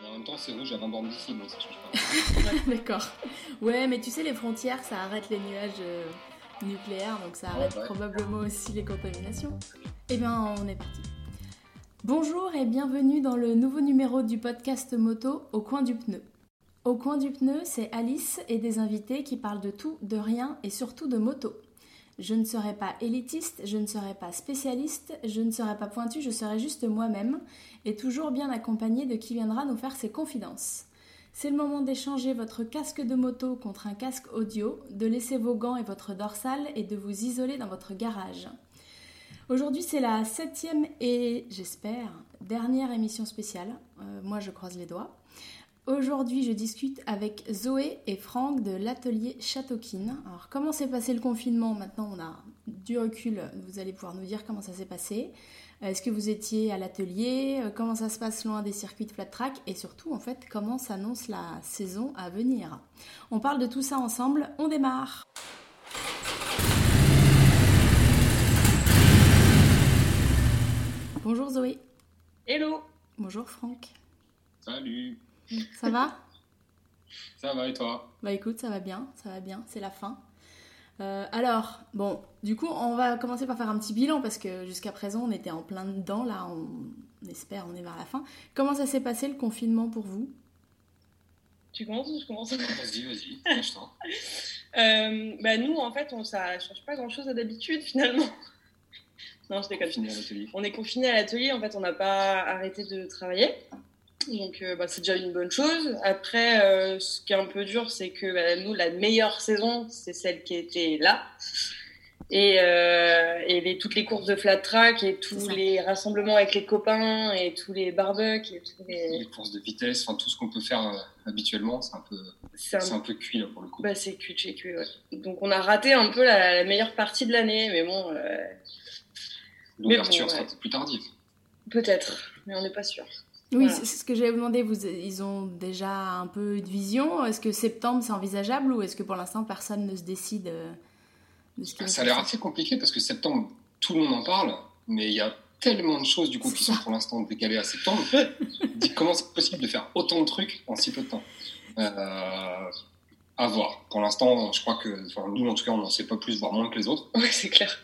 En même temps, c'est rouge à 20 bornes d'ici, donc ça change pas. D'accord. Ouais, mais tu sais, les frontières, ça arrête les nuages nucléaires, donc ça arrête probablement aussi les contaminations. Eh bien, on est parti. Bonjour et bienvenue dans le nouveau numéro du podcast moto Au coin du pneu. Au coin du pneu, c'est Alice et des invités qui parlent de tout, de rien et surtout de moto. Je ne serai pas élitiste, je ne serai pas spécialiste, je ne serai pas pointue, je serai juste moi-même et toujours bien accompagnée de qui viendra nous faire ses confidences. C'est le moment d'échanger votre casque de moto contre un casque audio, de laisser vos gants et votre dorsale et de vous isoler dans votre garage. Aujourd'hui, c'est la 7e et, j'espère, dernière émission spéciale. Moi, je croise les doigts. Aujourd'hui, je discute avec Zoé et Franck de l'atelier Châteauquine. Alors, comment s'est passé le confinement ? Maintenant, on a du recul. Vous allez pouvoir nous dire comment ça s'est passé. Est-ce que vous étiez à l'atelier ? Comment ça se passe loin des circuits de flat track ? Et surtout, en fait, comment s'annonce la saison à venir ? On parle de tout ça ensemble. On démarre ! Bonjour Zoé. Hello. Bonjour Franck. Salut. Ça va ? Ça va et toi ? Bah écoute, ça va bien, c'est la fin. Alors, bon, du coup, on va commencer par faire un petit bilan parce que jusqu'à présent, on était en plein dedans, là, on espère, on est vers la fin. Comment ça s'est passé le confinement pour vous ? Tu commences ou je commence ? Vas-y, lâche-toi. Nous, en fait, ça change pas grand-chose à d'habitude, finalement. Non, je déconne. On est confinés à l'atelier, en fait, on n'a pas arrêté de travailler. Donc, c'est déjà une bonne chose. Après, ce qui est un peu dur, c'est que nous, la meilleure saison, c'est celle qui était là. Et toutes les courses de flat track et tous les rassemblements avec les copains et tous les barbecues et tous les courses de vitesse, enfin tout ce qu'on peut faire habituellement, c'est un peu cuit là pour le coup. Bah c'est cuit, ouais. Donc on a raté un peu la meilleure partie de l'année, mais bon. L'ouverture sera peut-être plus tardive. Peut-être, mais on n'est pas sûr. Oui, voilà. C'est ce que j'avais demandé. Ils ont déjà un peu de vision. Est-ce que septembre, c'est envisageable ou est-ce que pour l'instant, personne ne se décide de ce qui Ça a l'air assez compliqué parce que septembre, tout le monde en parle, mais il y a tellement de choses du coup qui sont pour l'instant décalées à septembre. Comment c'est possible de faire autant de trucs en si peu de temps ? À voir. Pour l'instant, je crois que nous, en tout cas, on n'en sait pas plus, voire moins que les autres. Oui, c'est clair.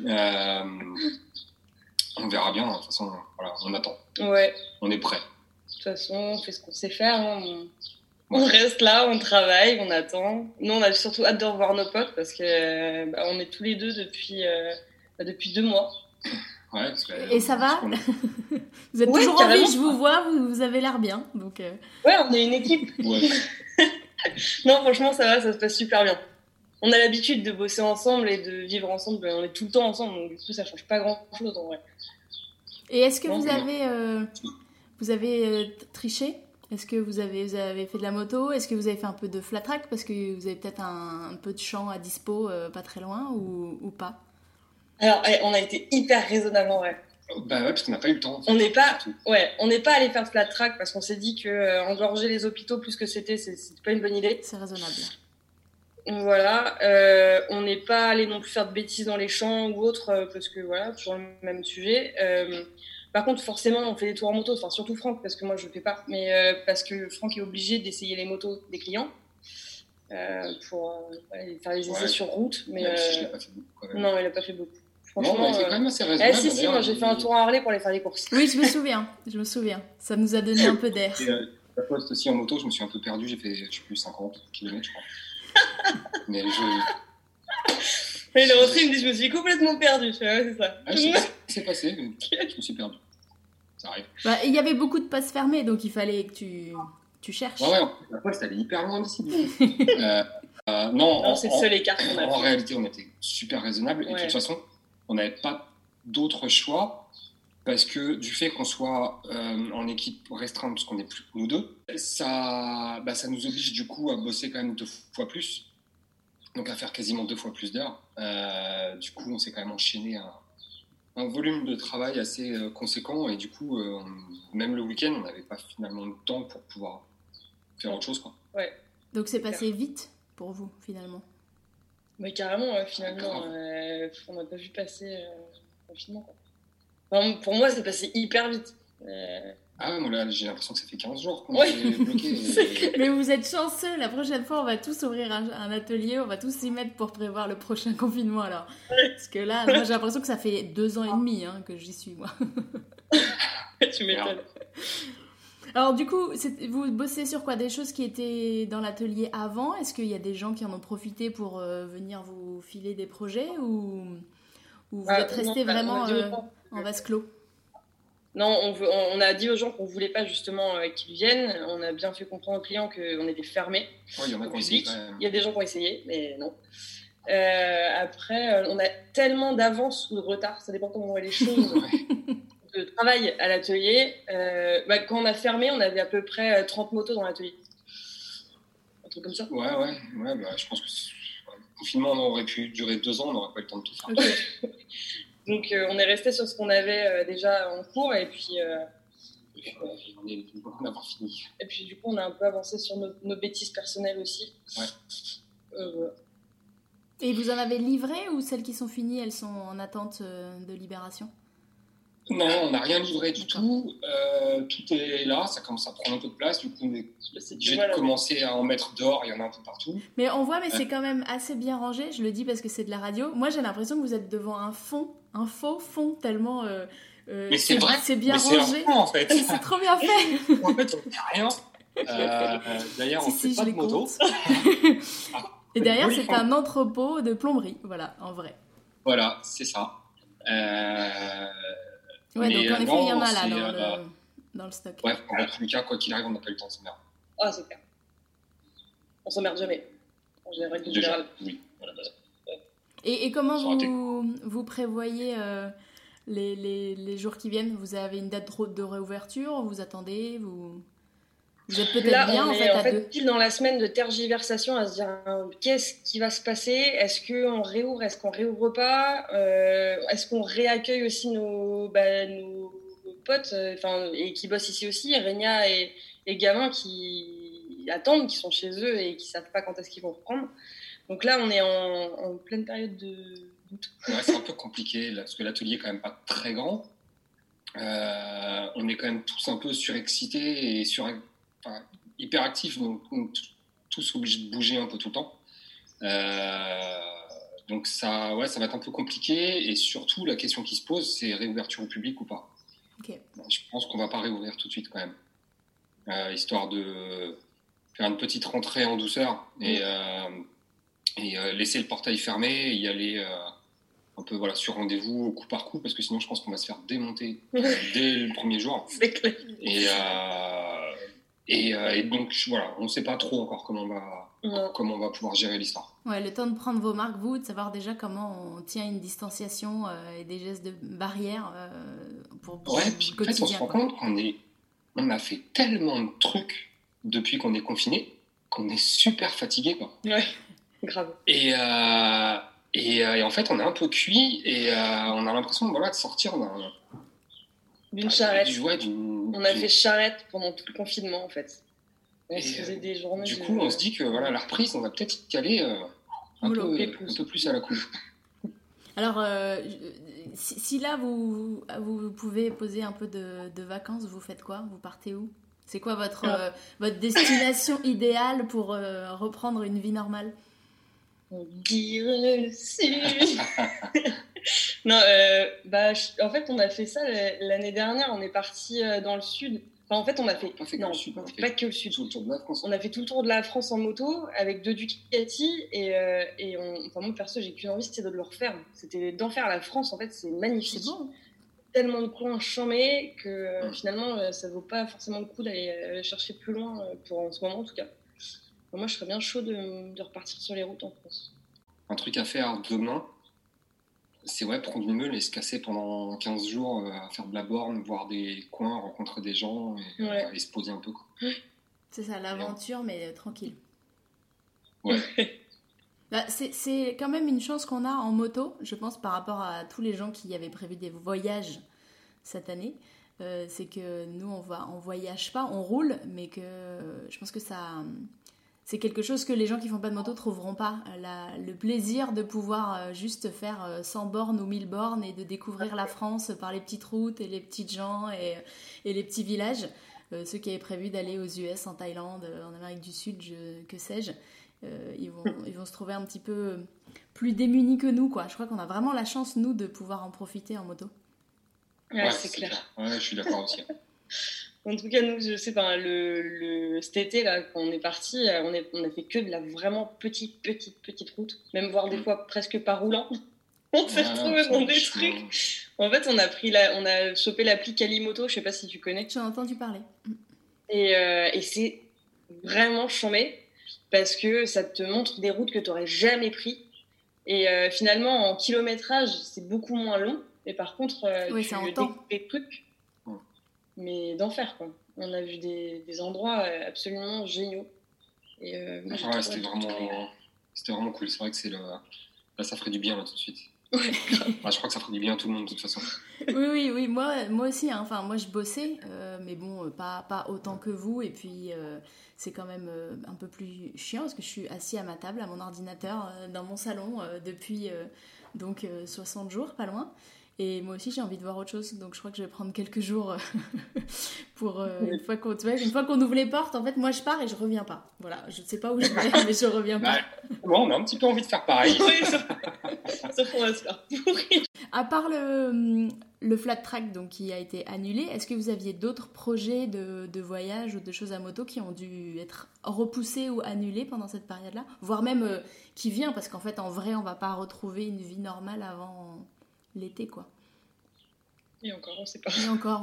On verra bien. De toute façon, voilà, on attend. Ouais. On est prêt. De toute façon, on fait ce qu'on sait faire. Hein. On reste là, on travaille, on attend. Nous, on a surtout hâte de revoir nos potes parce que on est tous les deux depuis 2 mois. Ouais, et ça va ? Vous êtes toujours en vie, je vous vois, vous avez l'air bien. Donc Ouais, on est une équipe. Ouais. Non, franchement, ça va, ça se passe super bien. On a l'habitude de bosser ensemble et de vivre ensemble. On est tout le temps ensemble, donc du coup, ça change pas grand-chose en vrai. Et est-ce que vous avez triché ? Est-ce que vous avez fait de la moto ? Est-ce que vous avez fait un peu de flat track ? Parce que vous avez peut-être un peu de champ à dispo pas très loin ou pas ? Alors, on a été hyper raisonnable en vrai. Bah ouais, parce qu'on n'a pas eu le temps. En fait, on n'est pas allé faire de flat track parce qu'on s'est dit que engorger les hôpitaux plus que c'était pas une bonne idée. C'est raisonnable. Voilà, on n'est pas allé non plus faire de bêtises dans les champs ou autre parce que voilà, toujours le même sujet. Par contre, forcément, on fait des tours en moto, enfin surtout Franck parce que moi je le fais pas, mais parce que Franck est obligé d'essayer les motos des clients pour faire les essais sur route. Mais si je l'ai pas fait beaucoup quand même. Non, il a pas fait beaucoup. Franchement, il était quand même assez raisonnable. Si, moi j'ai fait un tour en Harley pour aller faire des courses. Oui, je me souviens. Ça nous a donné un peu d'air. La poste aussi en moto, je me suis un peu perdu, j'ai fait, je sais plus, 50 km, je crois. Mais le rentré, il me dit, je me suis complètement perdu. C'est ça. C'est passé, mais je me suis perdu. Ça arrive. Il y avait beaucoup de passes fermées, donc il fallait que tu cherches. Ouais, la poste, elle est hyper loin d'ici. Non, c'est le seul écart qu'on a fait. En réalité, on était super raisonnable. Et de toute façon, on n'avait pas d'autre choix parce que du fait qu'on soit en équipe restreinte, parce qu'on n'est plus nous deux, ça nous oblige du coup à bosser quand même 2 fois plus. Donc à faire quasiment 2 fois plus d'heures. Du coup, on s'est quand même enchaîné un volume de travail assez conséquent et du coup, même le week-end, on n'avait pas finalement le temps pour pouvoir faire autre chose, quoi. Ouais. Donc c'est passé vite pour vous, finalement. Mais carrément, finalement, on n'a pas vu passer le confinement, quoi. Enfin, pour moi, c'est passé hyper vite. Ah, moi là, j'ai l'impression que ça fait 15 jours qu'on est bloqué. Mais vous êtes chanceux, la prochaine fois, on va tous ouvrir un atelier, on va tous s'y mettre pour prévoir le prochain confinement alors. Parce que là, moi j'ai l'impression que ça fait 2 ans et demi que j'y suis, moi. Tu m'étonnes. Alors du coup, vous bossez sur quoi? Des choses qui étaient dans l'atelier avant? Est-ce qu'il y a des gens qui en ont profité pour venir vous filer des projets ou vous êtes resté vraiment en vase clos? Non, on a dit aux gens qu'on ne voulait pas justement qu'ils viennent. On a bien fait comprendre aux clients qu'on était fermés. Oui, il y en a qui ont essayé quand même. Il y a des gens qui ont essayé, mais non. Après, on a tellement d'avance ou de retard, ça dépend comment on voit les choses, de travail à l'atelier. Quand on a fermé, on avait à peu près 30 motos dans l'atelier. Un truc comme ça. Ouais, je pense que le confinement aurait pu durer 2 ans, on n'aurait pas eu le temps de tout faire. Okay. Donc, on est resté sur ce qu'on avait déjà en cours et puis on est loin d'avoir fini. Et puis, du coup, on a un peu avancé sur nos bêtises personnelles aussi. Ouais. Voilà. Et vous en avez livré ou celles qui sont finies, elles sont en attente de libération? Non, on n'a rien livré du tout. Tout est là, ça commence à prendre un peu de place. Du coup, j'ai commencé à en mettre dehors, il y en a un peu partout. Mais on voit, c'est quand même assez bien rangé. Je le dis parce que c'est de la radio. Moi, j'ai l'impression que vous êtes devant un faux fond, tellement mais c'est vrai, c'est bien mais rangé. C'est un fond, en fait. C'est trop bien fait. En fait, on fait rien. D'ailleurs, on fait pas de moto. Et derrière, c'est un entrepôt de plomberie. Voilà, en vrai. Voilà, c'est ça. Ouais, donc en effet, il y en a là dans le stock. Ouais, en tous les cas, quoi qu'il arrive, on n'a pas eu le temps de s'emmerder. Ah, c'est clair. On s'emmerde jamais. En général, oui. Voilà, et comment vous prévoyez les jours qui viennent? Vous avez une date de réouverture? Vous attendez? Vous êtes peut-être là, bien on est à deux. Pile dans la semaine de tergiversation à se dire qu'est-ce qui va se passer? Est-ce qu'on réouvre? Est-ce qu'on réouvre pas? Est-ce qu'on réaccueille aussi nos potes et qui bossent ici aussi, Régna et Gavin qui attendent, qui sont chez eux et qui savent pas quand est-ce qu'ils vont reprendre. Donc là, on est en pleine période de doute. Ouais, c'est un peu compliqué là, parce que l'atelier est quand même pas très grand. On est quand même tous un peu surexcités et hyper actifs, donc tous obligés de bouger un peu tout le temps. Donc ça va être un peu compliqué, et surtout la question qui se pose, c'est réouverture au public ou pas. Okay. Je pense qu'on va pas réouvrir tout de suite quand même, histoire de faire une petite rentrée en douceur et laisser le portail fermé et y aller un peu sur rendez-vous au coup par coup, parce que sinon je pense qu'on va se faire démonter dès le premier jour. C'est clair. Et donc voilà, on ne sait pas trop encore comment on va pouvoir gérer l'histoire. Ouais, le temps de prendre vos marques, de savoir déjà comment on tient une distanciation et des gestes de barrière pour puis en fait on se rend compte qu'on a fait tellement de trucs depuis qu'on est confiné qu'on est super fatigué, quoi. Ouais, grave. Et en fait on est un peu cuit et on a l'impression de sortir d'une charrette. On a fait charrette pendant tout le confinement, en fait. On se faisait des journées. Du coup, on se dit que la reprise, on va peut-être y aller un peu plus à la coupe. Alors, si là, vous pouvez poser un peu de vacances, vous faites quoi? Vous partez où? C'est quoi votre destination idéale pour reprendre une vie normale? On dirait le sud. Non, en fait, on a fait ça l'année dernière. On est parti dans le sud. Enfin, en fait, on a fait pas que le sud. Tout le tour de la France. On a fait tout le tour de la France en moto avec 2 Ducati et moi perso, j'ai qu'une envie, c'était de le refaire. C'était d'en faire la France. En fait, c'est magnifique. C'est bon. Tellement de coins chamés que finalement, ça vaut pas forcément le coup d'aller chercher plus loin en ce moment, en tout cas. Moi, je serais bien chaud de repartir sur les routes en France. Un truc à faire demain, c'est prendre une meule et se casser pendant 15 jours à faire de la borne, voir des coins, rencontrer des gens et se poser un peu, quoi. C'est ça, l'aventure, mais tranquille. Ouais. C'est quand même une chance qu'on a en moto, je pense, par rapport à tous les gens qui avaient prévu des voyages cette année. C'est que nous, on voyage pas, on roule, mais que je pense que ça c'est quelque chose que les gens qui font pas de moto trouveront pas. Le plaisir de pouvoir juste faire 100 bornes ou 1000 bornes et de découvrir la France par les petites routes et les petites gens et les petits villages. Ceux qui avaient prévu d'aller aux US, en Thaïlande, en Amérique du Sud, que sais-je, ils vont se trouver un petit peu plus démunis que nous, quoi. Je crois qu'on a vraiment la chance, nous, de pouvoir en profiter en moto. Ouais, c'est clair. Ouais, je suis d'accord aussi. En tout cas, nous, je sais pas, cet été, là, quand on est parti, on a fait que de la vraiment petite route, même voire des fois presque pas roulant. On s'est retrouvés dans des trucs. En fait, on a chopé l'appli Kalimoto, je sais pas si tu connais. J'en ai entendu parler. Et c'est vraiment chambé parce que ça te montre des routes que tu n'aurais jamais pris. Et finalement, en kilométrage, c'est beaucoup moins long. Et par contre, tu découvres des trucs, mais d'enfer, quoi. On a vu des endroits absolument géniaux. Et, c'était vraiment cool. C'est vrai que là, ça ferait du bien, là, tout de suite. Ouais. Je crois que ça ferait du bien à tout le monde, de toute façon. Oui, moi aussi. Hein. Enfin, moi, je bossais, mais bon, pas autant que vous. Et puis, c'est quand même un peu plus chiant parce que je suis assis à ma table, à mon ordinateur, dans mon salon depuis 60 jours, pas loin. Et moi aussi, j'ai envie de voir autre chose. Donc, je crois que je vais prendre quelques jours pour une fois qu'on ouvre les portes. En fait, moi, je pars et je reviens pas. Voilà, je ne sais pas où je vais, mais je reviens pas. Bon, on a un petit peu envie de faire pareil. Oui, sauf qu'on va se faire pourrir. À part le flat track donc, qui a été annulé, est-ce que vous aviez d'autres projets de voyage ou de choses à moto qui ont dû être repoussés ou annulés pendant cette période-là ? Voire même qui vient, parce qu'en fait, en vrai, on ne va pas retrouver une vie normale avant l'été, quoi. Et encore, on ne sait pas.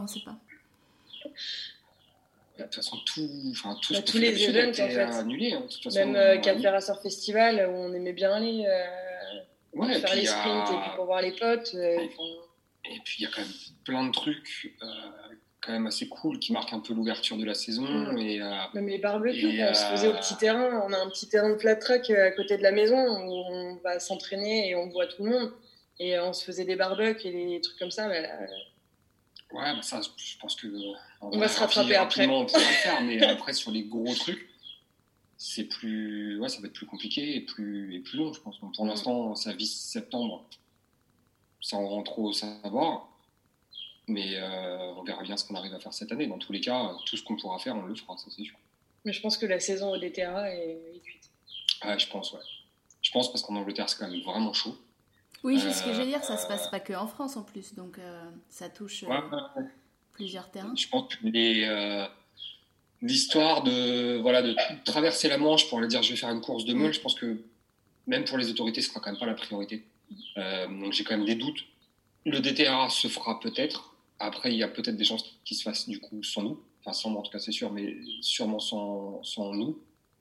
De toute façon, tous les events, en fait. Annulé, hein, de toute façon, même Cap-Ferrat Festival, où on aimait bien aller pour faire les sprints et puis pour voir les potes. Et puis, il y a quand même plein de trucs quand même assez cool qui marquent un peu l'ouverture de la saison. Même les barbecues, on se faisait au petit terrain. On a un petit terrain de flat track à côté de la maison où on va s'entraîner et on voit tout le monde. Et on se faisait des barbecues et des trucs comme ça. Ça, je pense que... on va se rattraper après. On pourra le faire, mais après, sur les gros trucs, ça va être plus compliqué et plus long, je pense. Donc, pour l'instant, ça vise septembre, sans trop savoir. Mais on verra bien ce qu'on arrive à faire cette année. Dans tous les cas, tout ce qu'on pourra faire, on le fera, ça c'est sûr. Mais je pense que la saison au DTRA est cuite. Je pense, ouais. Je pense parce qu'en Angleterre, c'est quand même vraiment chaud. Oui, c'est ce que je veux dire, ça se passe pas que en France en plus, donc ça touche plusieurs terrains. Je pense que l'histoire de traverser la Manche pour aller dire je vais faire une course de meule, je pense que même pour les autorités, ce sera quand même pas la priorité. Donc j'ai quand même des doutes. Le DTRA se fera peut-être. Après, il y a peut-être des chances qui se fassent du coup sans nous. Enfin, sans moi en tout cas, c'est sûr, mais sûrement sans nous.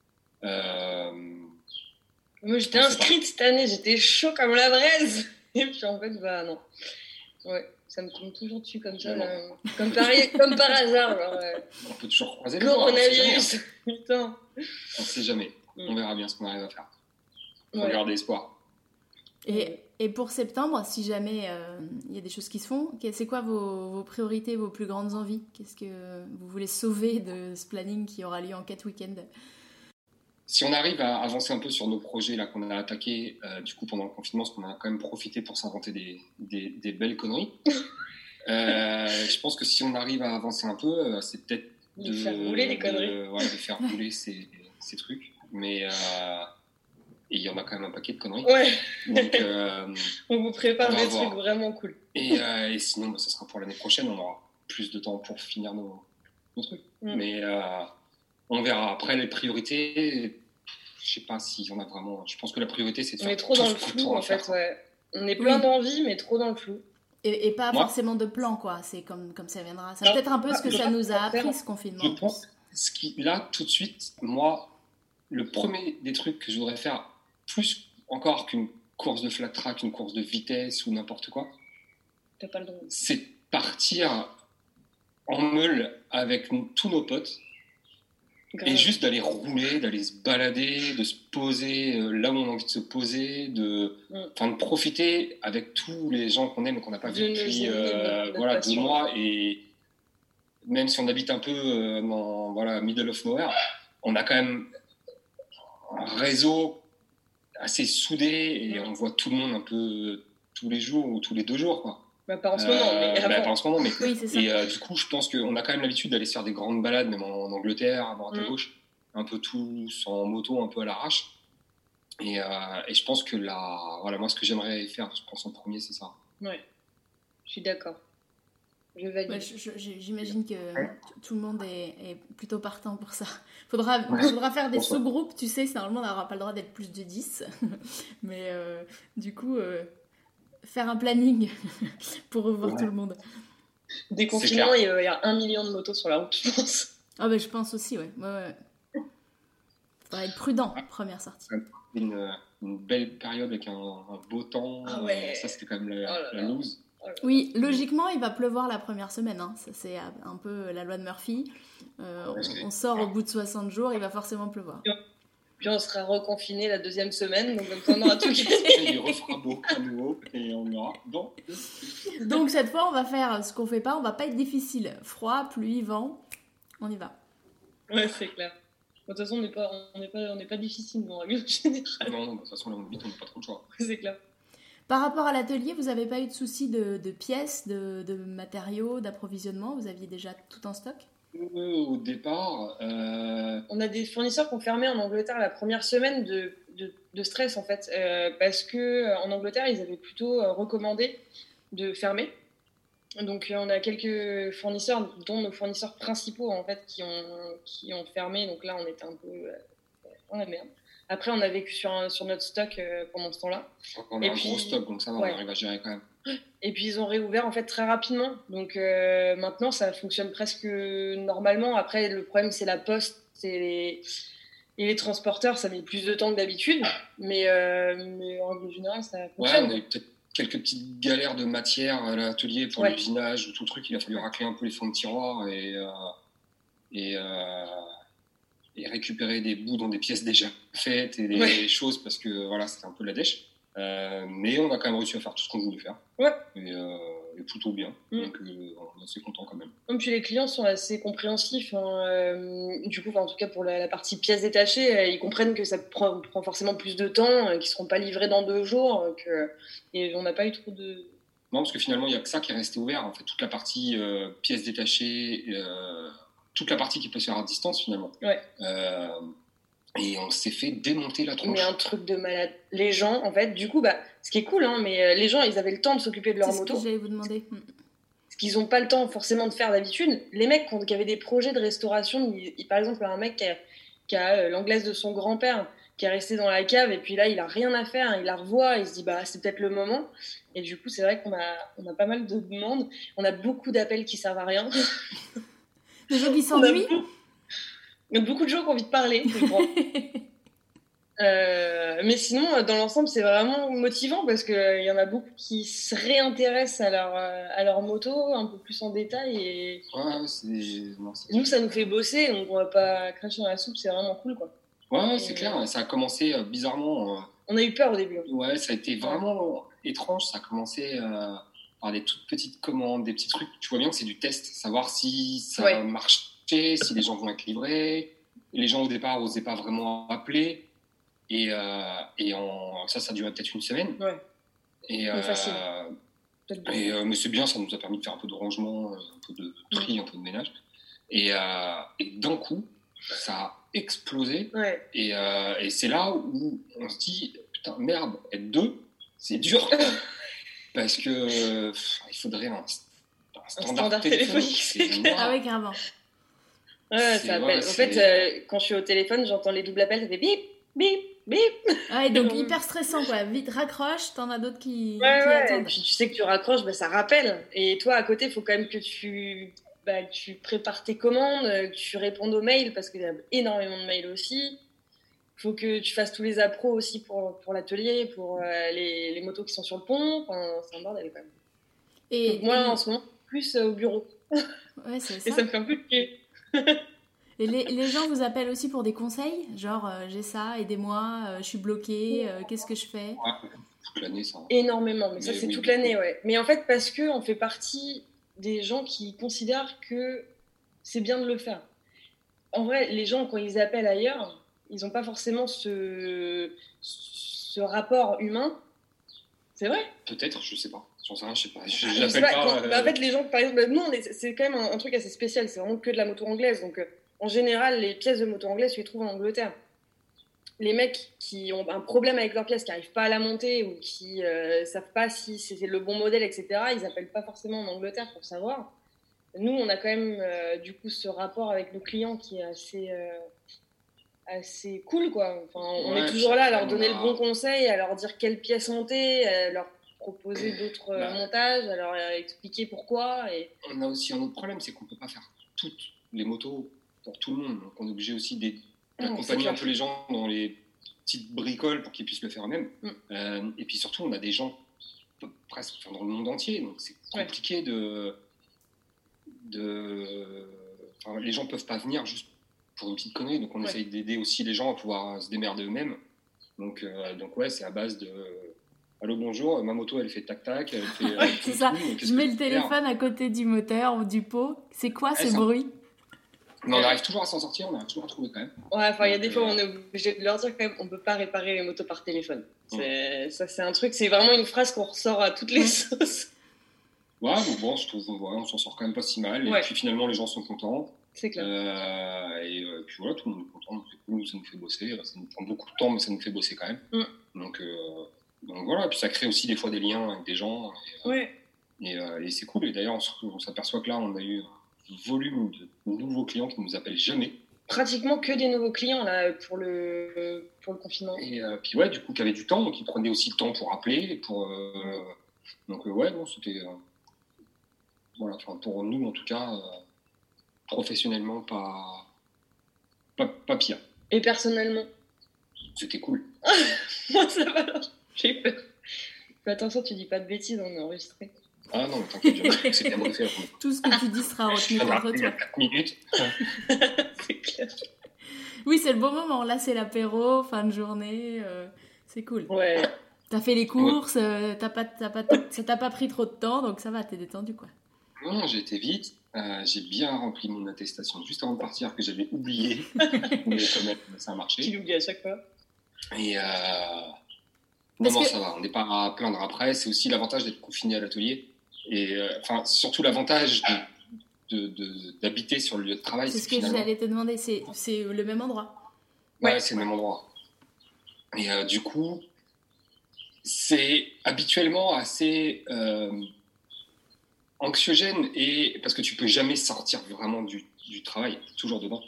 Moi, j'étais inscrite cette année, j'étais chaud comme la braise. Et puis en fait, non. Ouais, ça me tombe toujours dessus comme ça, comme par hasard. On peut toujours croiser le coronavirus. Putain. On sait jamais. On verra bien ce qu'on arrive à faire. Faut garder espoir. Et pour septembre, si jamais il y a des choses qui se font, c'est quoi vos priorités, vos plus grandes envies ? Qu'est-ce que vous voulez sauver de ce planning qui aura lieu en 4 week-ends ? Si on arrive à avancer un peu sur nos projets là, qu'on a attaqués du coup pendant le confinement, parce qu'on a quand même profité pour s'inventer des belles conneries, je pense que si on arrive à avancer un peu, c'est peut-être de faire rouler les conneries. De faire rouler ces trucs. Mais il y en a quand même un paquet de conneries. Ouais. Donc, on vous prépare des trucs vraiment cool. Et sinon, ça sera pour l'année prochaine. On aura plus de temps pour finir nos trucs. Mais... on verra. Après, les priorités, je sais pas s'il y en a vraiment. Je pense que la priorité, c'est de faire. On est trop dans le flou, en fait. Ouais. On est plein d'envie, mais trop dans le flou. Et pas forcément de plan, quoi. C'est comme ça viendra. C'est peut-être un peu ce que ça nous a appris, ce confinement. Je pense là, tout de suite, moi, le premier des trucs que je voudrais faire, plus encore qu'une course de flat track, une course de vitesse ou n'importe quoi, t'as pas le droit. C'est partir en meule avec tous nos potes. Grave. Et juste d'aller rouler, d'aller se balader, de se poser là où on a envie de se poser, de profiter avec tous les gens qu'on aime et qu'on n'a pas vu depuis 2 mois. Et même si on habite un peu dans middle of nowhere, on a quand même réseau assez soudé et on voit tout le monde un peu tous les jours ou tous les 2 jours, quoi. Pas en ce moment, mais avant. Pas en ce moment, mais oui, c'est ça. Et du coup, je pense qu'on a quand même l'habitude d'aller se faire des grandes balades, même en Angleterre, à droite à gauche, un peu tous en moto, un peu à l'arrache. Et je pense que voilà, moi, ce que j'aimerais faire, je pense en premier, c'est ça. Ouais, je suis d'accord. Je valide. Ouais, j'imagine que tout le monde est plutôt partant pour ça. Faudra faire des sous-groupes, tu sais, normalement on n'aura pas le droit d'être plus de 10. Mais du coup, faire un planning pour revoir tout le monde. Déconfinement, il y a 1 million de motos sur la route, je pense. Ah ben je pense aussi, ouais. Faudra être prudent, première sortie. Une belle période avec un beau temps. Ah ouais. Ça, c'était quand même la loose. Oui, logiquement, il va pleuvoir la première semaine. Hein. Ça, c'est un peu la loi de Murphy. On sort au bout de 60 jours, il va forcément pleuvoir. Puis on sera reconfiné la 2e semaine, donc on aura tout quitté. Il refera beau à nouveau et on ira. Donc cette fois, on va faire ce qu'on fait pas. On va pas être difficile. Froid, pluie, vent, on y va. Ouais, c'est clair. De toute façon, on n'est pas difficile en règle générale. Non, de toute façon, là, on n'a pas trop de choix. C'est clair. Par rapport à l'atelier, vous n'avez pas eu de soucis de pièces, de matériaux, d'approvisionnement? Vous aviez déjà tout en stock? Au départ... On a des fournisseurs qui ont fermé en Angleterre la première semaine de stress, en fait. Parce qu'en Angleterre, ils avaient plutôt recommandé de fermer. Donc, on a quelques fournisseurs, dont nos fournisseurs principaux, en fait, qui ont fermé. Donc là, on était un peu dans la merde. Après, on a vécu sur notre stock pendant ce temps-là. On a un gros stock, donc ça, on arrive à gérer quand même. Et puis, ils ont réouvert en fait très rapidement. Donc, maintenant, ça fonctionne presque normalement. Après, le problème, c'est la poste et les transporteurs. Ça met plus de temps que d'habitude. Mais en règle générale, ça fonctionne. Ouais, on a eu peut-être quelques petites galères de matière à l'atelier pour l'usinage ou tout le truc. Il a fallu racler un peu les fonds de tiroir et récupérer des bouts dans des pièces déjà faites et des choses parce que voilà, c'était un peu la dèche. Mais on a quand même réussi à faire tout ce qu'on voulait faire. Ouais. Et plutôt bien. Donc on est assez content quand même. Et puis les clients sont assez compréhensifs. Du coup, en tout cas pour la partie pièces détachées, ils comprennent que ça prend forcément plus de temps, qu'ils ne seront pas livrés dans 2 jours. Et on n'a pas eu trop de... Non, parce que finalement, il n'y a que ça qui est resté ouvert. En fait, toute la partie pièces détachées... toute la partie qui peut se faire à distance finalement. Ouais. Et on s'est fait démonter la tronche. Mais un truc de malade. Les gens, en fait, du coup, ce qui est cool, hein, mais les gens, ils avaient le temps de s'occuper de leur moto. C'est ce que j'allais vous demander. Ce qu'ils n'ont pas le temps forcément de faire d'habitude. Les mecs qui avaient des projets de restauration, par exemple, un mec qui a l'anglaise de son grand-père, qui est resté dans la cave, et puis là, il a rien à faire, hein, il la revoit, il se dit, c'est peut-être le moment. Et du coup, c'est vrai qu'on a pas mal de demandes. On a beaucoup d'appels qui servent à rien. Des gens qui s'ennuient. Il y a beaucoup de gens qui ont envie de parler, je crois. Mais sinon, dans l'ensemble, c'est vraiment motivant parce qu'il y en a beaucoup qui se réintéressent à leur moto un peu plus en détail. Et... Nous, ça nous fait bosser, donc on va pas cracher dans la soupe, c'est vraiment cool, quoi. Ouais, c'est clair, ça a commencé bizarrement. On a eu peur au début. Ouais, ça a été vraiment étrange. Ça a commencé par des toutes petites commandes, des petits trucs. Tu vois bien que c'est du test, savoir si ça marche. Si les gens vont être livrés. Les gens au départ n'osaient pas vraiment appeler. Et ça durait peut-être 1 semaine. Ouais. Mais facile. Mais c'est bien, ça nous a permis de faire un peu de rangement, un peu de tri, un peu de ménage. Et d'un coup, ça a explosé. Ouais. Et c'est là où on se dit, putain, merde, être 2, c'est dur. Parce que il faudrait un standard téléphonique. Ah ouais, carrément. Ouais, ça appelle. En fait, quand je suis au téléphone, j'entends les doubles appels, ça fait bip, bip, bip. Ouais, donc hyper stressant, quoi. Vite, raccroche, t'en as d'autres qui attendent. Et puis tu sais que tu raccroches, ça rappelle. Et toi, à côté, il faut quand même que tu prépares tes commandes, que tu répondes aux mails, parce qu'il y a énormément de mails aussi. Il faut que tu fasses tous les appros aussi pour l'atelier, pour les motos qui sont sur le pont. Enfin, c'est un bordel, quand même. Donc, moi, en ce moment, plus au bureau. Ouais, c'est ça. Et ça me fait un peu chier. Et les gens vous appellent aussi pour des conseils, genre j'ai ça, aidez-moi, je suis bloquée, qu'est-ce que je fais? Ouais, toute l'année ça. Énormément, mais ça c'est toute l'année, ouais. Mais en fait parce que on fait partie des gens qui considèrent que c'est bien de le faire. En vrai, les gens quand ils appellent ailleurs, ils n'ont pas forcément ce rapport humain. C'est vrai? Peut-être, je sais pas. J'en sais rien, je sais pas. J'appelle pas. En fait, les gens, par exemple, nous, c'est quand même un truc assez spécial. C'est vraiment que de la moto anglaise. Donc, en général, les pièces de moto anglaise, tu les trouves en Angleterre. Les mecs qui ont un problème avec leurs pièces, qui n'arrivent pas à la monter ou qui savent pas si c'est le bon modèle, etc., ils appellent pas forcément en Angleterre pour savoir. Nous, on a quand même, du coup, ce rapport avec nos clients qui est assez cool, quoi. Enfin, on est toujours là à leur donner le bon conseil, à leur dire quelle pièce monter, à leur proposer d'autres montages, à leur expliquer pourquoi. Et... On a aussi un autre problème, c'est qu'on ne peut pas faire toutes les motos pour tout le monde. Donc on est obligé aussi d'accompagner un peu les gens dans les petites bricoles pour qu'ils puissent le faire eux-mêmes. Et puis surtout, on a des gens presque dans le monde entier, donc c'est compliqué Enfin, les gens ne peuvent pas venir juste pour une petite connerie, donc on essaye d'aider aussi les gens à pouvoir se démerder eux-mêmes. Donc ouais, c'est à base de allô, bonjour, ma moto elle fait tac-tac. Elle fait, c'est ça, je mets le téléphone à côté du moteur ou du pot. C'est quoi ce bruit? Mais on arrive toujours à s'en sortir, on arrive toujours à trouver quand même. Ouais, enfin, il y a des fois où on est obligé de leur dire quand même, on peut pas réparer les motos par téléphone. Ça, c'est un truc, c'est vraiment une phrase qu'on ressort à toutes les sauces. Ouais, bon, je trouve on s'en sort quand même pas si mal. Et puis finalement, les gens sont contents. C'est clair. Et puis voilà, tout le monde est content. Nous, ça nous fait bosser. Ça nous prend beaucoup de temps, mais ça nous fait bosser quand même. Donc voilà, et puis ça crée aussi des fois des liens avec des gens. Et c'est cool. Et d'ailleurs, on s'aperçoit que là, on a eu un volume de nouveaux clients qui ne nous appellent jamais. Pratiquement que des nouveaux clients là, pour le confinement. Et puis ouais, du coup, qui avaient du temps, donc ils prenaient aussi le temps pour appeler. Donc ouais, non, c'était... voilà, pour nous, en tout cas, professionnellement, pas pire. Et personnellement? C'était cool. Moi, ça va, j'ai peur. Fais attention, tu dis pas de bêtises, on est enregistré. Ah non, t'inquiète, c'est bien fait. Tout ce que tu dis sera retenu contre toi. 4 minutes. C'est clair. Oui, c'est le bon moment. Là, c'est l'apéro, fin de journée. C'est cool. Ouais. T'as fait les courses, ça t'a pas pris trop de temps, donc ça va, t'es détendu, quoi. Non, j'ai été vite. J'ai bien rempli mon attestation juste avant de partir, que j'avais oublié. Mais quand même, ça a marché. Tu l'oublies à chaque fois. Et non, ça va. On n'est pas à plaindre après. C'est aussi l'avantage d'être confiné à l'atelier. Et surtout l'avantage d'habiter sur le lieu de travail. C'est ce que j'allais te demander. C'est le même endroit? Ouais, c'est le même endroit. Et du coup, c'est habituellement assez... anxiogène, et parce que tu peux jamais sortir vraiment du travail, toujours dedans.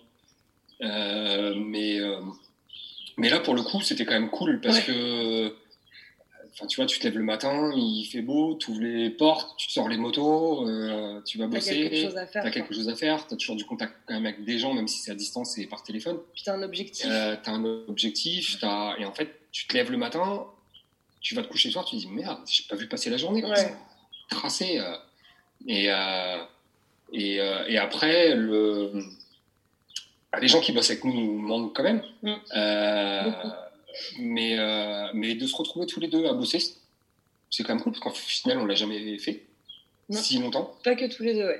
Mais là, pour le coup, c'était quand même cool parce que, tu vois, tu te lèves le matin, il fait beau, tu ouvres les portes, tu sors les motos, tu vas bosser, t'as quelque chose à faire, t'as toujours du contact quand même avec des gens, même si c'est à distance et par téléphone. Puis t'as un objectif. Et en fait, tu te lèves le matin, tu vas te coucher le soir, tu te dis merde, j'ai pas vu passer la journée, tracé. Et après, les gens qui bossent avec nous manquent quand même. Mais de se retrouver tous les deux à bosser, c'est quand même cool, parce qu'en final, on l'a jamais fait si longtemps. Pas que tous les deux,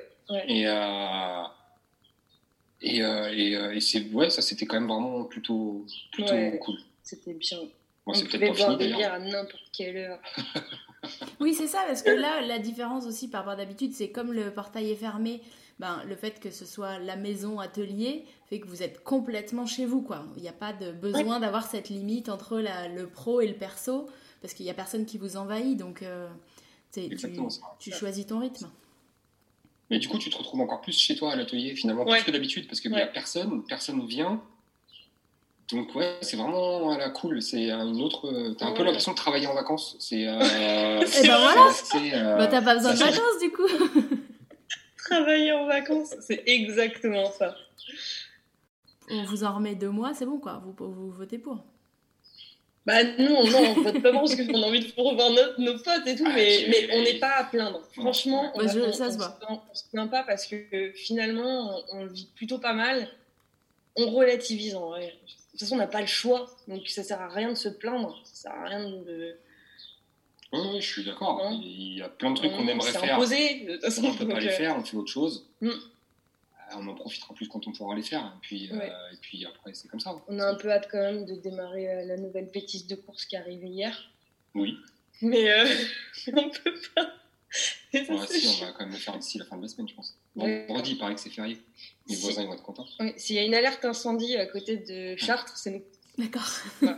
Et ça, c'était quand même vraiment plutôt cool. C'était bien. Bon, on pouvait boire des bières à n'importe quelle heure. Oui, c'est ça, parce que là, la différence aussi par rapport d'habitude, c'est comme le portail est fermé, le fait que ce soit la maison atelier fait que vous êtes complètement chez vous, quoi. Il n'y a pas de besoin d'avoir cette limite entre le pro et le perso, parce qu'il n'y a personne qui vous envahit, donc tu choisis ton rythme. Mais du coup, tu te retrouves encore plus chez toi à l'atelier, finalement, plus que d'habitude, parce qu'il n'y a personne vient. Donc c'est vraiment cool, c'est une autre... T'as un peu l'impression de travailler en vacances. C'est... voilà, t'as pas besoin de vacances du coup. Travailler en vacances, c'est exactement ça. On vous en remet 2 mois, c'est bon quoi, vous votez pour. Non, on vote pas pour parce qu'on a envie de revoir nos potes et tout, mais on n'est pas à plaindre. Franchement, ça se voit. On se plaint pas parce que finalement, on le vit plutôt pas mal. On relativise en vrai. De toute façon, on n'a pas le choix, donc ça sert à rien de se plaindre, ça sert à rien de... Oui, je suis d'accord. Il y a plein de trucs qu'on aimerait faire. C'est imposé. De toute façon, on ne peut pas les faire, on fait autre chose. on en profitera plus quand on pourra les faire. Et puis après, c'est comme ça. On a un peu hâte quand même de démarrer la nouvelle bêtise de course qui est arrivée hier. Oui. Mais on peut pas. Si, on va quand même le faire d'ici la fin de la semaine, je pense. Vendredi, il paraît que c'est férié. Mes voisins, ils vont être contents. Oui, s'il y a une alerte incendie à côté de Chartres, c'est nous. D'accord.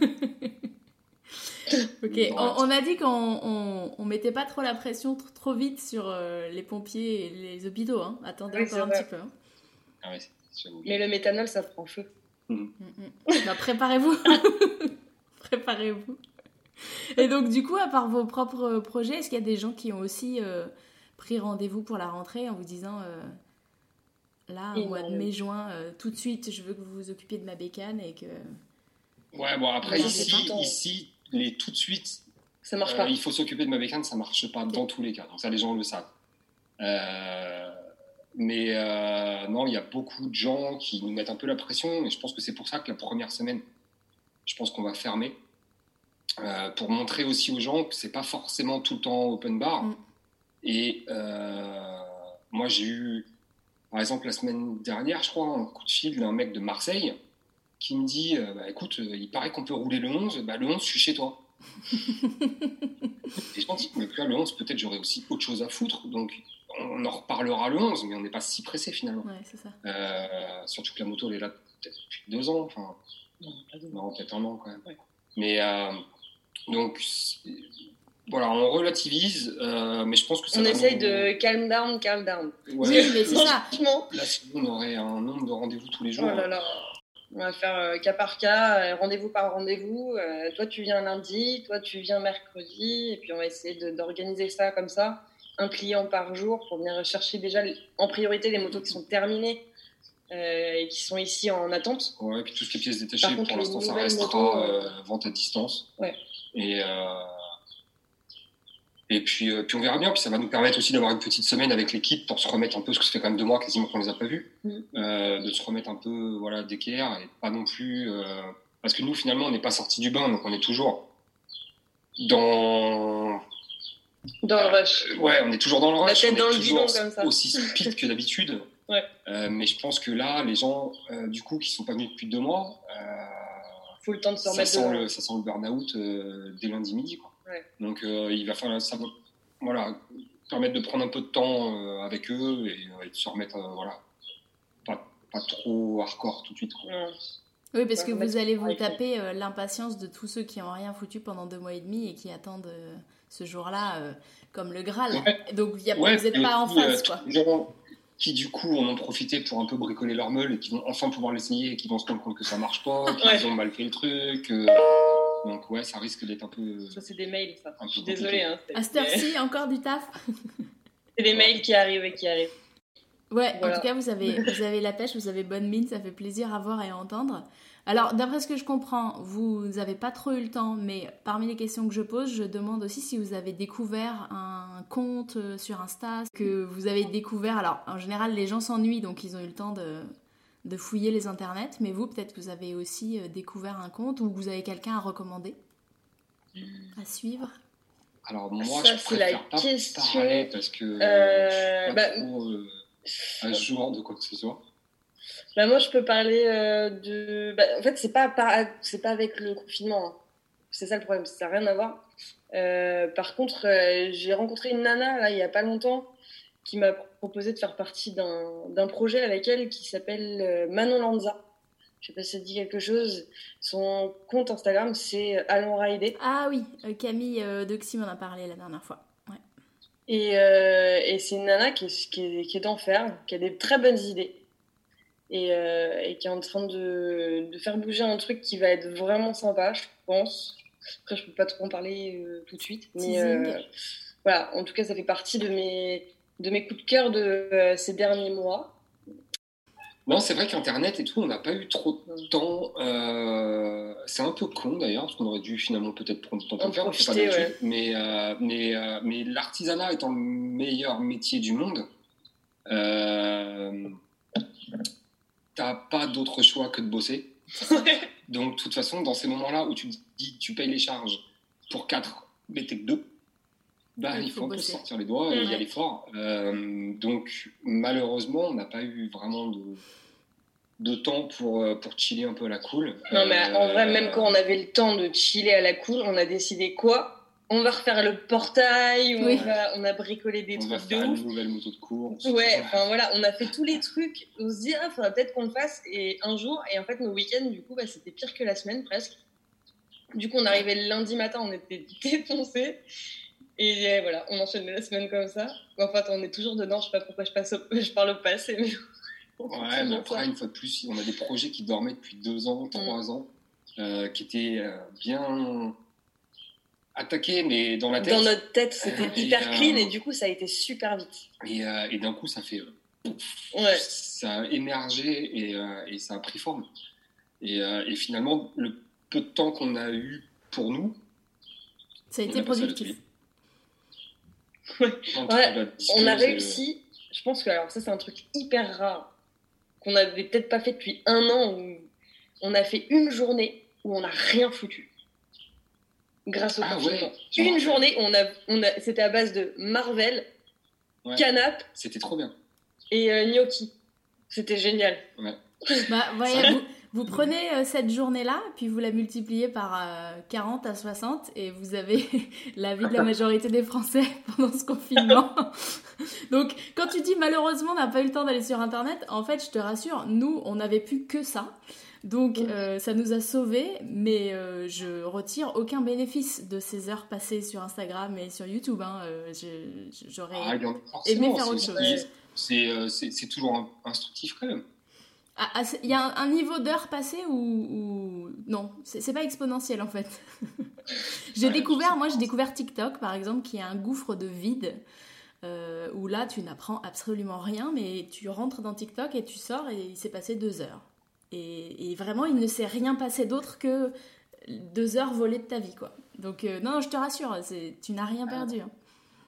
Ok, on a dit qu'on mettait pas trop la pression trop vite sur les pompiers et les hôpitaux. Hein. Attendez encore un petit peu. Hein. Ah ouais, mais le méthanol, ça prend feu. Bah, préparez-vous. Préparez-vous. Et donc, du coup, à part vos propres projets, est-ce qu'il y a des gens qui ont aussi pris rendez-vous pour la rentrée en vous disant là, au mois de mai-juin, tout de suite, je veux que vous vous occupiez de ma bécane et que... Ouais, bon, après, ici, les tout de suite, ça marche pas. Il faut s'occuper de ma bécane, ça marche pas dans tous les cas. Donc ça, les gens le savent. Mais non, il y a beaucoup de gens qui nous mettent un peu la pression, et je pense que c'est pour ça que la première semaine, je pense qu'on va fermer. Pour montrer aussi aux gens que c'est pas forcément tout le temps open bar. Et moi, j'ai eu, par exemple, la semaine dernière, je crois, un coup de fil d'un mec de Marseille qui me dit écoute, il paraît qu'on peut rouler le 11, le 11, je suis chez toi. Et je pense que le 11, peut-être j'aurais aussi autre chose à foutre, donc on en reparlera le 11, mais on n'est pas si pressé finalement. Ouais, c'est ça. Surtout que la moto, elle est là peut-être depuis 2 ans, enfin, non, peut-être 1 an quand même. Ouais. Mais donc voilà, on relativise, mais je pense que ça on essaye de calm down. Ouais. Oui, mais c'est ça. Là, sinon, on aurait un nombre de rendez-vous tous les jours. Oh là là. On va faire cas par cas, rendez-vous par rendez-vous. Toi, tu viens lundi, toi, tu viens mercredi. Et puis, on va essayer d'organiser ça comme ça, un client par jour pour venir chercher déjà en priorité les motos qui sont terminées et qui sont ici en attente. Ouais, et puis tout ce qui est pièces détachées, pour l'instant, ça restera vente à distance. Ouais. Et puis on verra bien. Puis ça va nous permettre aussi d'avoir une petite semaine avec l'équipe pour se remettre un peu, parce que ça fait quand même 2 mois quasiment qu'on les a pas vus, de se remettre un peu d'équerre et pas non plus parce que nous finalement on n'est pas sortis du bain, donc on est toujours dans le rush. Ouais, on est toujours dans le rush. La tête dans le guidon comme ça. Aussi speed que d'habitude. Ouais. Mais je pense que là, les gens du coup qui sont pas venus depuis 2 mois, faut le temps de se remettre dedans. Ça sent le burn-out dès lundi midi, quoi. Ouais. Donc il va falloir permettre de prendre un peu de temps avec eux et de se remettre pas trop hardcore tout de suite, quoi. Oui, parce que vous allez vous taper l'impatience de tous ceux qui n'ont rien foutu pendant 2 mois et demi et qui attendent ce jour-là comme le Graal. Ouais. Donc vous n'êtes pas en face, quoi. Les gens qui du coup en ont profité pour un peu bricoler leur meule et qui vont enfin pouvoir l'essayer et qui vont se rendre compte que ça marche pas, qu'ils ont mal fait le truc. Donc ouais, ça risque d'être un peu... Ça, c'est des mails, ça. Je suis désolée. Hein, à cette heure-ci, encore du taf. C'est des mails qui arrivent et qui arrivent. Ouais, voilà. En tout cas, vous avez la pêche, vous avez bonne mine, ça fait plaisir à voir et à entendre. Alors, d'après ce que je comprends, vous n'avez pas trop eu le temps, mais parmi les questions que je pose, je demande aussi si vous avez découvert un compte sur Insta, que vous avez découvert... Alors, en général, les gens s'ennuient, donc ils ont eu le temps de fouiller les internets, mais vous, peut-être que vous avez aussi découvert un compte ou que vous avez quelqu'un à recommander, à suivre. Alors, moi, je préfère pas parler parce que je suis pas trop à jour de quoi que ce soit. Moi, je peux parler de... en fait, c'est pas avec le confinement. Hein. C'est ça le problème, ça n'a rien à voir. Par contre, j'ai rencontré une nana, là, il n'y a pas longtemps, qui m'a proposé de faire partie d'un projet avec elle qui s'appelle Manon Lanza. Je ne sais pas si ça te dit quelque chose. Son compte Instagram, c'est Allons Rider. Ah oui, Camille Doxy m'en a parlé la dernière fois. Ouais. Et c'est une nana qui est d'enfer, qui a des très bonnes idées. Et qui est en train de faire bouger un truc qui va être vraiment sympa, je pense. Après, je peux pas trop en parler tout de suite. Mais voilà, en tout cas, ça fait partie de mes coups de cœur de ces derniers mois. Non, c'est vrai qu'Internet et tout, on n'a pas eu trop de temps. C'est un peu con d'ailleurs, parce qu'on aurait dû finalement peut-être prendre du temps pour le faire. On fait pas d'habitude. Ouais. Mais l'artisanat étant le meilleur métier du monde, t'as pas d'autre choix que de bosser. Donc, de toute façon, dans ces moments-là où tu te dis tu payes les charges pour 4, mais t'es que 2, Il faut un peu sortir les doigts et y aller fort. Donc, malheureusement, on n'a pas eu vraiment de temps pour chiller un peu à la cool. Non, mais en vrai, même quand on avait le temps de chiller à la cool, on a décidé quoi ? On va refaire le portail, on a bricolé des trucs de ouf. On va faire une nouvelle moto de course. Ouais, enfin voilà, on a fait tous les trucs. On se dit, faudrait peut-être qu'on le fasse un jour. Et en fait, nos week-ends, du coup, c'était pire que la semaine presque. Du coup, on arrivait le lundi matin, on était défoncés. Et voilà, on enchaînait la semaine comme ça. En fait, on est toujours dedans. Je sais pas pourquoi je parle au passé, mais... Ouais, mais après, une fois de plus, on a des projets qui dormaient depuis 2 ans, 3 ans, qui étaient bien attaqués, mais dans la tête. Dans notre tête, c'était hyper clean et du coup, ça a été super vite. Et d'un coup, ça fait... Ça a émergé et ça a pris forme. Et finalement, le peu de temps qu'on a eu pour nous... Ça a été productif. Ouais. On a réussi. Je pense que alors ça, c'est un truc hyper rare qu'on n'avait peut-être pas fait depuis 1 an. Où on a fait une journée où on n'a rien foutu. Grâce au confinement. Une journée où c'était à base de Marvel, canap. C'était trop bien. Et gnocchi. C'était génial. Ouais. Vous prenez cette journée-là, puis vous la multipliez par 40 à 60, et vous avez la vie de la majorité des Français pendant ce confinement. Donc, quand tu dis malheureusement on n'a pas eu le temps d'aller sur Internet, en fait, je te rassure, nous, on n'avait plus que ça. Donc, ça nous a sauvés, mais je retire aucun bénéfice de ces heures passées sur Instagram et sur YouTube. J'aurais aimé faire autre chose. C'est toujours instructif quand même. Il y a un niveau d'heures passées où... Non, c'est pas exponentiel en fait. J'ai découvert TikTok par exemple, qui est un gouffre de vide, où là tu n'apprends absolument rien, mais tu rentres dans TikTok et tu sors et il s'est passé 2 heures. Et vraiment, il ne s'est rien passé d'autre que 2 heures volées de ta vie, quoi. Donc non, je te rassure, tu n'as rien perdu. Hein.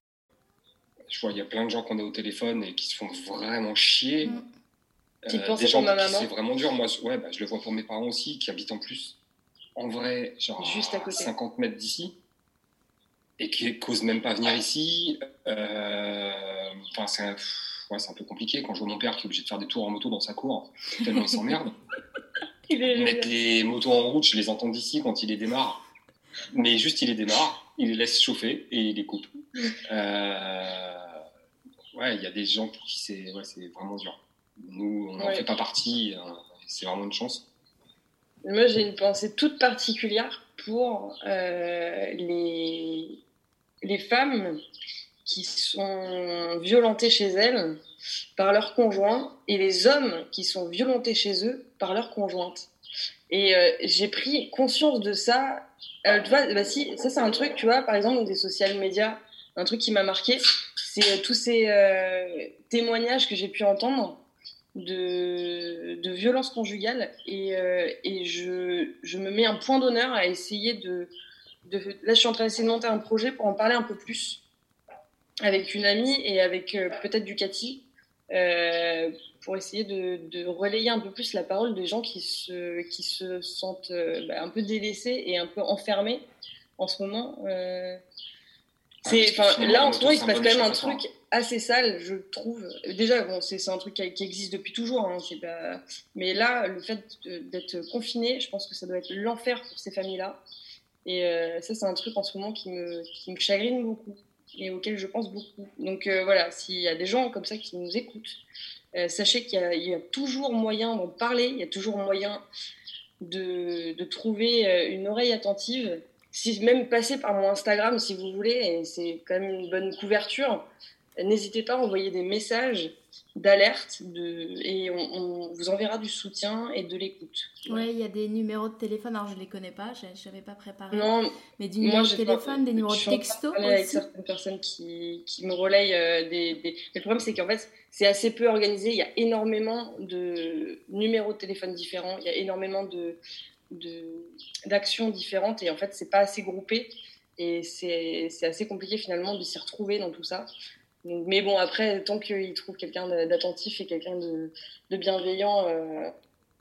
Je vois, il y a plein de gens qu'on a au téléphone et qui se font vraiment chier. Tu penses des gens pour ma maman. C'est vraiment dur. Moi, je le vois pour mes parents aussi, qui habitent en plus, en vrai, genre juste à côté. 50 mètres d'ici, et qui n'osent même pas venir ici. Enfin, c'est un peu compliqué. Quand je vois mon père qui est obligé de faire des tours en moto dans sa cour, tellement il s'emmerde. Mettre les motos en route, je les entends d'ici quand il les démarre. Mais juste, il les démarre, il les laisse chauffer et il les coupe. Il y a des gens pour qui c'est vraiment dur. Nous, on n'en fait pas partie, c'est vraiment une chance. Moi, j'ai une pensée toute particulière pour les femmes qui sont violentées chez elles par leur conjoint et les hommes qui sont violentés chez eux par leur conjointe. Et j'ai pris conscience de ça. Tu vois, si, ça c'est un truc, tu vois, par exemple, des social médias, un truc qui m'a marqué, c'est tous ces témoignages que j'ai pu entendre de violence conjugale et je me mets un point d'honneur à essayer là je suis en train d'essayer de monter un projet pour en parler un peu plus avec une amie et avec peut-être Ducati pour essayer de relayer un peu plus la parole des gens qui se sentent un peu délaissés et un peu enfermés en ce moment. Là en ce moment il se passe quand même un truc assez sale, je trouve. Déjà bon, c'est un truc qui existe depuis toujours, hein, mais là le fait d'être confiné, je pense que ça doit être l'enfer pour ces familles-là. Et ça c'est un truc en ce moment qui me chagrine beaucoup et auquel je pense beaucoup. Donc voilà, s'il y a des gens comme ça qui nous écoutent, sachez qu'il y a toujours moyen d'en parler, il y a toujours moyen de trouver une oreille attentive. Si même passer par mon Instagram si vous voulez, et c'est quand même une bonne couverture, n'hésitez pas à envoyer des messages d'alerte et on vous enverra du soutien et de l'écoute. Ouais, il y a des numéros de téléphone, alors je les connais pas, je n'avais pas préparé. Non, mais du numéro de téléphone, des numéros de texto aussi. Avec certaines personnes qui me relayent Mais le problème c'est qu'en fait c'est assez peu organisé, il y a énormément de numéros de téléphone différents, il y a énormément d'actions différentes et en fait c'est pas assez groupé et c'est assez compliqué finalement de s'y retrouver dans tout ça. Mais bon, après tant qu'ils trouvent quelqu'un d'attentif et quelqu'un de bienveillant,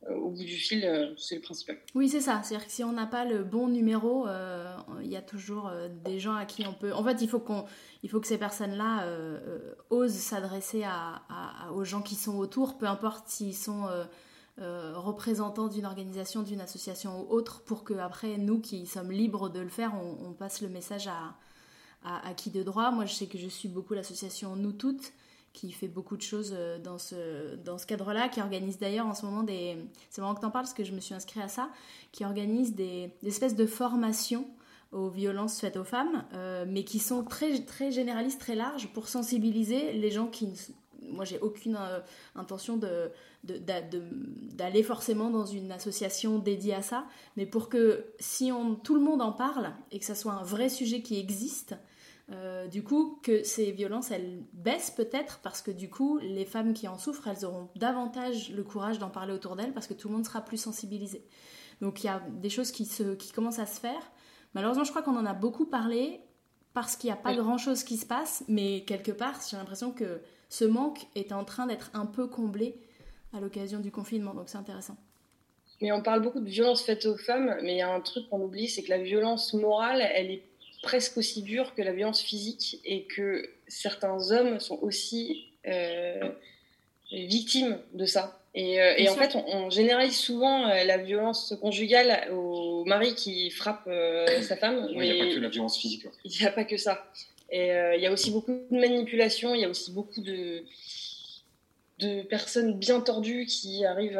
au bout du fil, c'est le principal. Oui, c'est ça. C'est-à-dire que si on n'a pas le bon numéro, il y a toujours des gens à qui on peut... En fait, il faut que ces personnes-là osent s'adresser aux gens qui sont autour, peu importe s'ils sont représentants d'une organisation, d'une association ou autre, pour que après nous qui sommes libres de le faire, on passe le message à qui de droit. Moi, je sais que je suis beaucoup l'association Nous Toutes, qui fait beaucoup de choses dans ce cadre-là, qui organise d'ailleurs en ce moment c'est marrant que t'en parles parce que je me suis inscrite à ça, qui organise des espèces de formations aux violences faites aux femmes, mais qui sont très, très généralistes, très larges, pour sensibiliser les gens qui... Moi, j'ai aucune intention d'aller forcément dans une association dédiée à ça, mais pour que tout le monde en parle et que ça soit un vrai sujet qui existe, du coup, que ces violences, elles baissent peut-être parce que du coup, les femmes qui en souffrent, elles auront davantage le courage d'en parler autour d'elles parce que tout le monde sera plus sensibilisé. Donc il y a des choses qui commencent à se faire. Malheureusement, je crois qu'on en a beaucoup parlé parce qu'il n'y a pas grand-chose qui se passe, mais quelque part, j'ai l'impression que ce manque est en train d'être un peu comblé à l'occasion du confinement, donc c'est intéressant. Mais on parle beaucoup de violences faites aux femmes, mais il y a un truc qu'on oublie, c'est que la violence morale, elle est presque aussi dure que la violence physique et que certains hommes sont aussi victimes de ça. Et en fait, on généralise souvent la violence conjugale au mari qui frappe sa femme. Il n'y a pas que la violence physique. Il n'y a pas que ça. Et il y a aussi beaucoup de manipulation, il y a aussi beaucoup de personnes bien tordues qui arrivent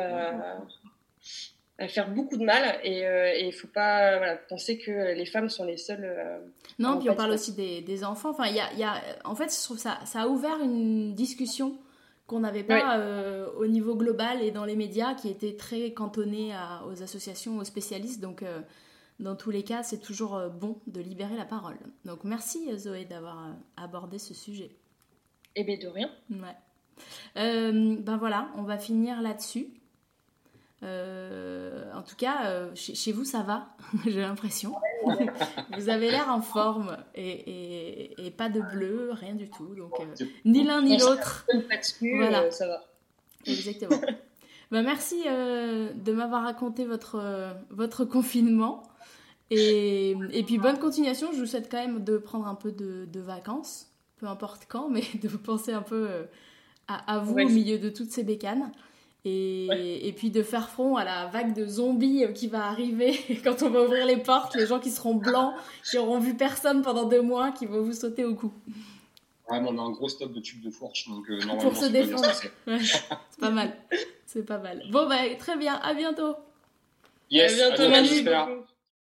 à faire beaucoup de mal, et il faut pas penser que les femmes sont les seules. Non, puis on parle aussi des enfants. Enfin, en fait, je trouve ça a ouvert une discussion qu'on n'avait pas au niveau global et dans les médias, qui était très cantonnée aux associations, aux spécialistes. Donc, dans tous les cas, c'est toujours bon de libérer la parole. Donc, merci Zoé d'avoir abordé ce sujet. Eh bien, de rien. Ouais. Ben voilà, on va finir là-dessus. En tout cas, chez vous ça va, j'ai l'impression. Vous avez l'air en forme et pas de bleu, rien du tout. Donc ni l'un ni l'autre. Voilà, ça va. Exactement. Ben, merci de m'avoir raconté votre confinement et puis bonne continuation. Je vous souhaite quand même de prendre un peu de vacances, peu importe quand, mais de vous penser un peu à vous au milieu de toutes ces bécanes. Et puis de faire front à la vague de zombies qui va arriver quand on va ouvrir les portes, les gens qui seront blancs, qui auront vu personne pendant 2 mois, qui vont vous sauter au cou. Vraiment, on a un gros stock de tubes de fourche, donc normalement pour se défendre. Ouais, c'est pas mal. C'est pas mal. Bon, bah, très bien, à bientôt. Yes, à bientôt, j'espère.